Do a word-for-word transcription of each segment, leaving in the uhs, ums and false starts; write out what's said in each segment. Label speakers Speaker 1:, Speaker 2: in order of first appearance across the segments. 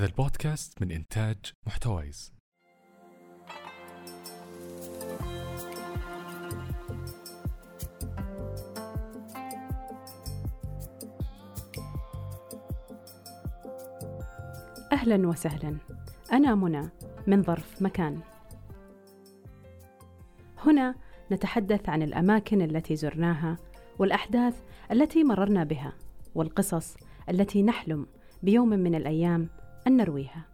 Speaker 1: هذا البودكاست من إنتاج محتويز.
Speaker 2: أهلا وسهلا، أنا منى من ظرف مكان. هنا نتحدث عن الأماكن التي زرناها والأحداث التي مررنا بها والقصص التي نحلم بيوم من الأيام أن نرويها.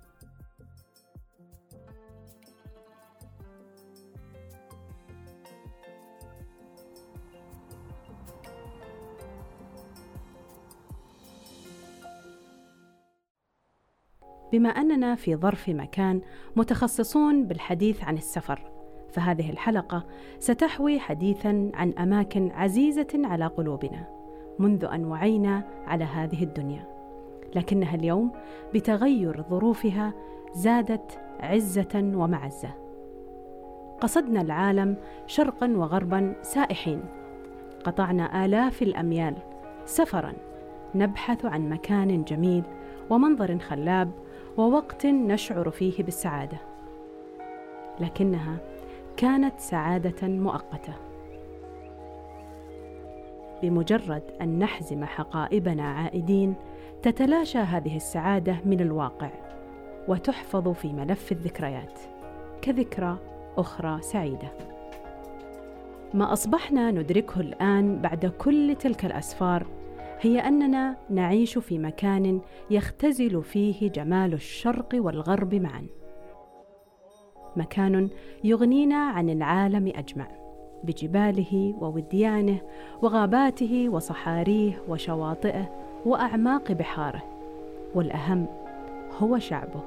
Speaker 2: بما أننا في ظرف مكان متخصصون بالحديث عن السفر، فهذه الحلقة ستحوي حديثاً عن أماكن عزيزة على قلوبنا منذ أن وعينا على هذه الدنيا، لكنها اليوم بتغير ظروفها زادت عزة ومعزة. قصدنا العالم شرقاً وغرباً سائحين، قطعنا آلاف الأميال سفراً نبحث عن مكان جميل ومنظر خلاب ووقت نشعر فيه بالسعادة، لكنها كانت سعادة مؤقتة. بمجرد أن نحزم حقائبنا عائدين تتلاشى هذه السعادة من الواقع وتحفظ في ملف الذكريات كذكرى أخرى سعيدة. ما أصبحنا ندركه الآن بعد كل تلك الأسفار هي أننا نعيش في مكان يختزل فيه جمال الشرق والغرب معا، مكان يغنينا عن العالم أجمع بجباله ووديانه وغاباته وصحاريه وشواطئه وأعماق بحاره، والأهم هو شعبه.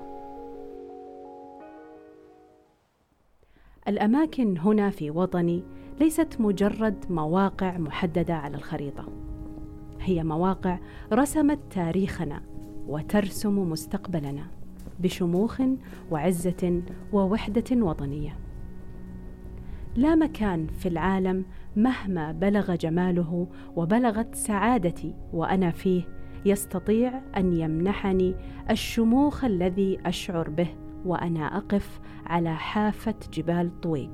Speaker 2: الأماكن هنا في وطني ليست مجرد مواقع محددة على الخريطة، هي مواقع رسمت تاريخنا وترسم مستقبلنا بشموخ وعزة ووحدة وطنية. لا مكان في العالم مهما بلغ جماله وبلغت سعادتي وأنا فيه يستطيع أن يمنحني الشموخ الذي أشعر به وأنا أقف على حافة جبال طويق.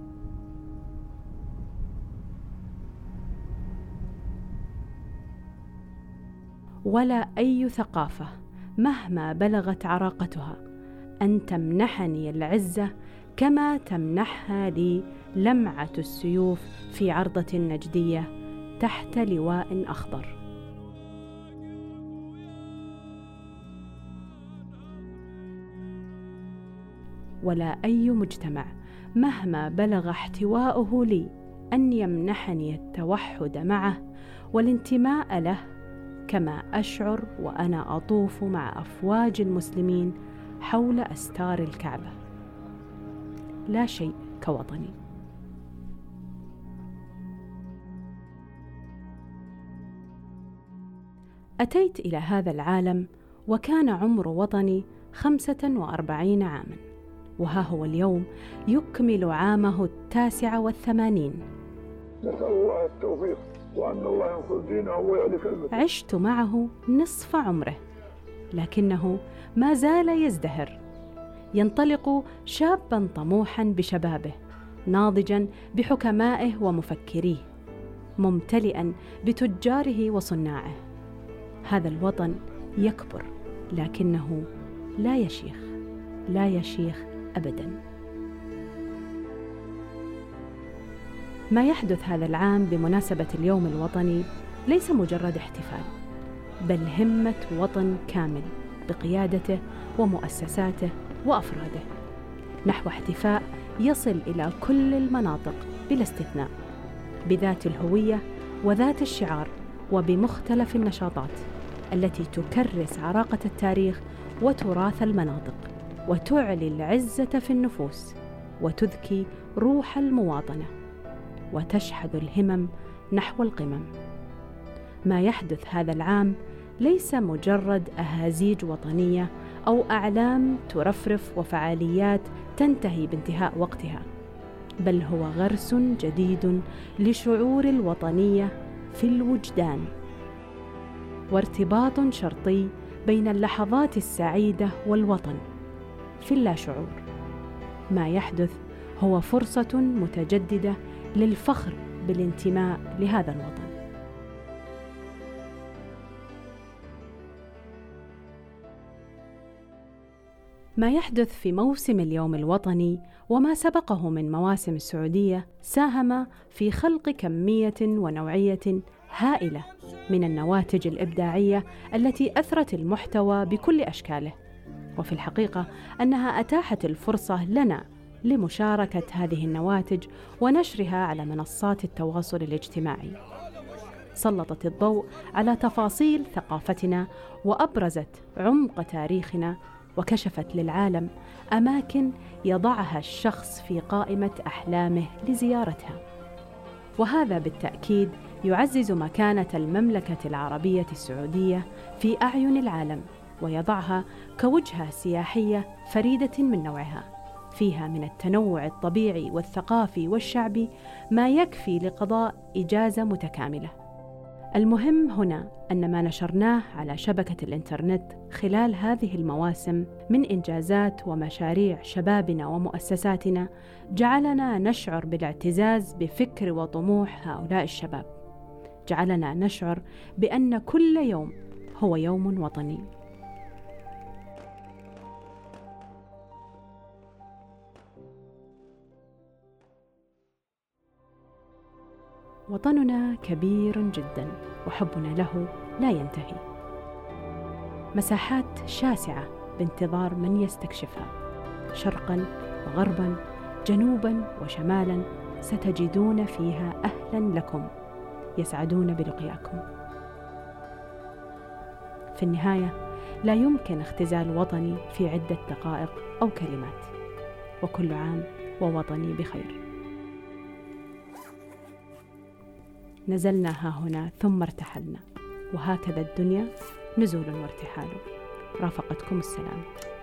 Speaker 2: ولا أي ثقافة مهما بلغت عراقتها أن تمنحني العزة كما تمنحها لي لمعة السيوف في عرضة نجدية تحت لواء أخضر. ولا أي مجتمع مهما بلغ احتواؤه لي أن يمنحني التوحد معه والانتماء له كما أشعر وأنا أطوف مع أفواج المسلمين حول أستار الكعبة. لا شيء كوطني. أتيت إلى هذا العالم وكان عمر وطني خمسة وأربعين عاماً، وها هو اليوم يكمل عامه التاسع والثمانين.
Speaker 3: نسأل الله التوفيق وأن الله ينصر دينه ويعلي كلمته.
Speaker 2: عشت معه نصف عمره، لكنه ما زال يزدهر، ينطلق شابا طموحا بشبابه، ناضجا بحكمائه ومفكريه، ممتلئا بتجاره وصناعه. هذا الوطن يكبر لكنه لا يشيخ، لا يشيخ أبدا. ما يحدث هذا العام بمناسبة اليوم الوطني ليس مجرد احتفال، بل همة وطن كامل بقيادته ومؤسساته وأفراده نحو احتفاء يصل إلى كل المناطق بلا استثناء، بذات الهوية وذات الشعار وبمختلف النشاطات التي تكرس عراقة التاريخ وتراث المناطق وتعلي العزة في النفوس وتذكي روح المواطنة وتشحذ الهمم نحو القمم. ما يحدث هذا العام ليس مجرد أهازيج وطنية أو أعلام ترفرف وفعاليات تنتهي بانتهاء وقتها، بل هو غرس جديد لشعور الوطنية في الوجدان، وارتباط شرطي بين اللحظات السعيدة والوطن في اللاشعور. ما يحدث هو فرصة متجددة للفخر بالانتماء لهذا الوطن. ما يحدث في موسم اليوم الوطني وما سبقه من مواسم السعودية ساهم في خلق كمية ونوعية هائلة من النواتج الإبداعية التي أثرت المحتوى بكل أشكاله، وفي الحقيقة أنها أتاحت الفرصة لنا لمشاركة هذه النواتج ونشرها على منصات التواصل الاجتماعي. سلطت الضوء على تفاصيل ثقافتنا وأبرزت عمق تاريخنا، وكشفت للعالم أماكن يضعها الشخص في قائمة أحلامه لزيارتها. وهذا بالتأكيد يعزز مكانة المملكة العربية السعودية في أعين العالم، ويضعها كوجهة سياحية فريدة من نوعها، فيها من التنوع الطبيعي والثقافي والشعبي ما يكفي لقضاء إجازة متكاملة. المهم هنا أن ما نشرناه على شبكة الإنترنت خلال هذه المواسم من إنجازات ومشاريع شبابنا ومؤسساتنا جعلنا نشعر بالاعتزاز بفكر وطموح هؤلاء الشباب، جعلنا نشعر بأن كل يوم هو يوم وطني. وطننا كبير جدا وحبنا له لا ينتهي، مساحات شاسعة بانتظار من يستكشفها، شرقا وغربا، جنوبا وشمالا، ستجدون فيها أهلا لكم يسعدون بلقياكم. في النهاية لا يمكن اختزال وطني في عدة دقائق أو كلمات. وكل عام ووطني بخير. نزلنا ها هنا ثم ارتحلنا، وهكذا الدنيا نزول وارتحال. رافقتكم السلام.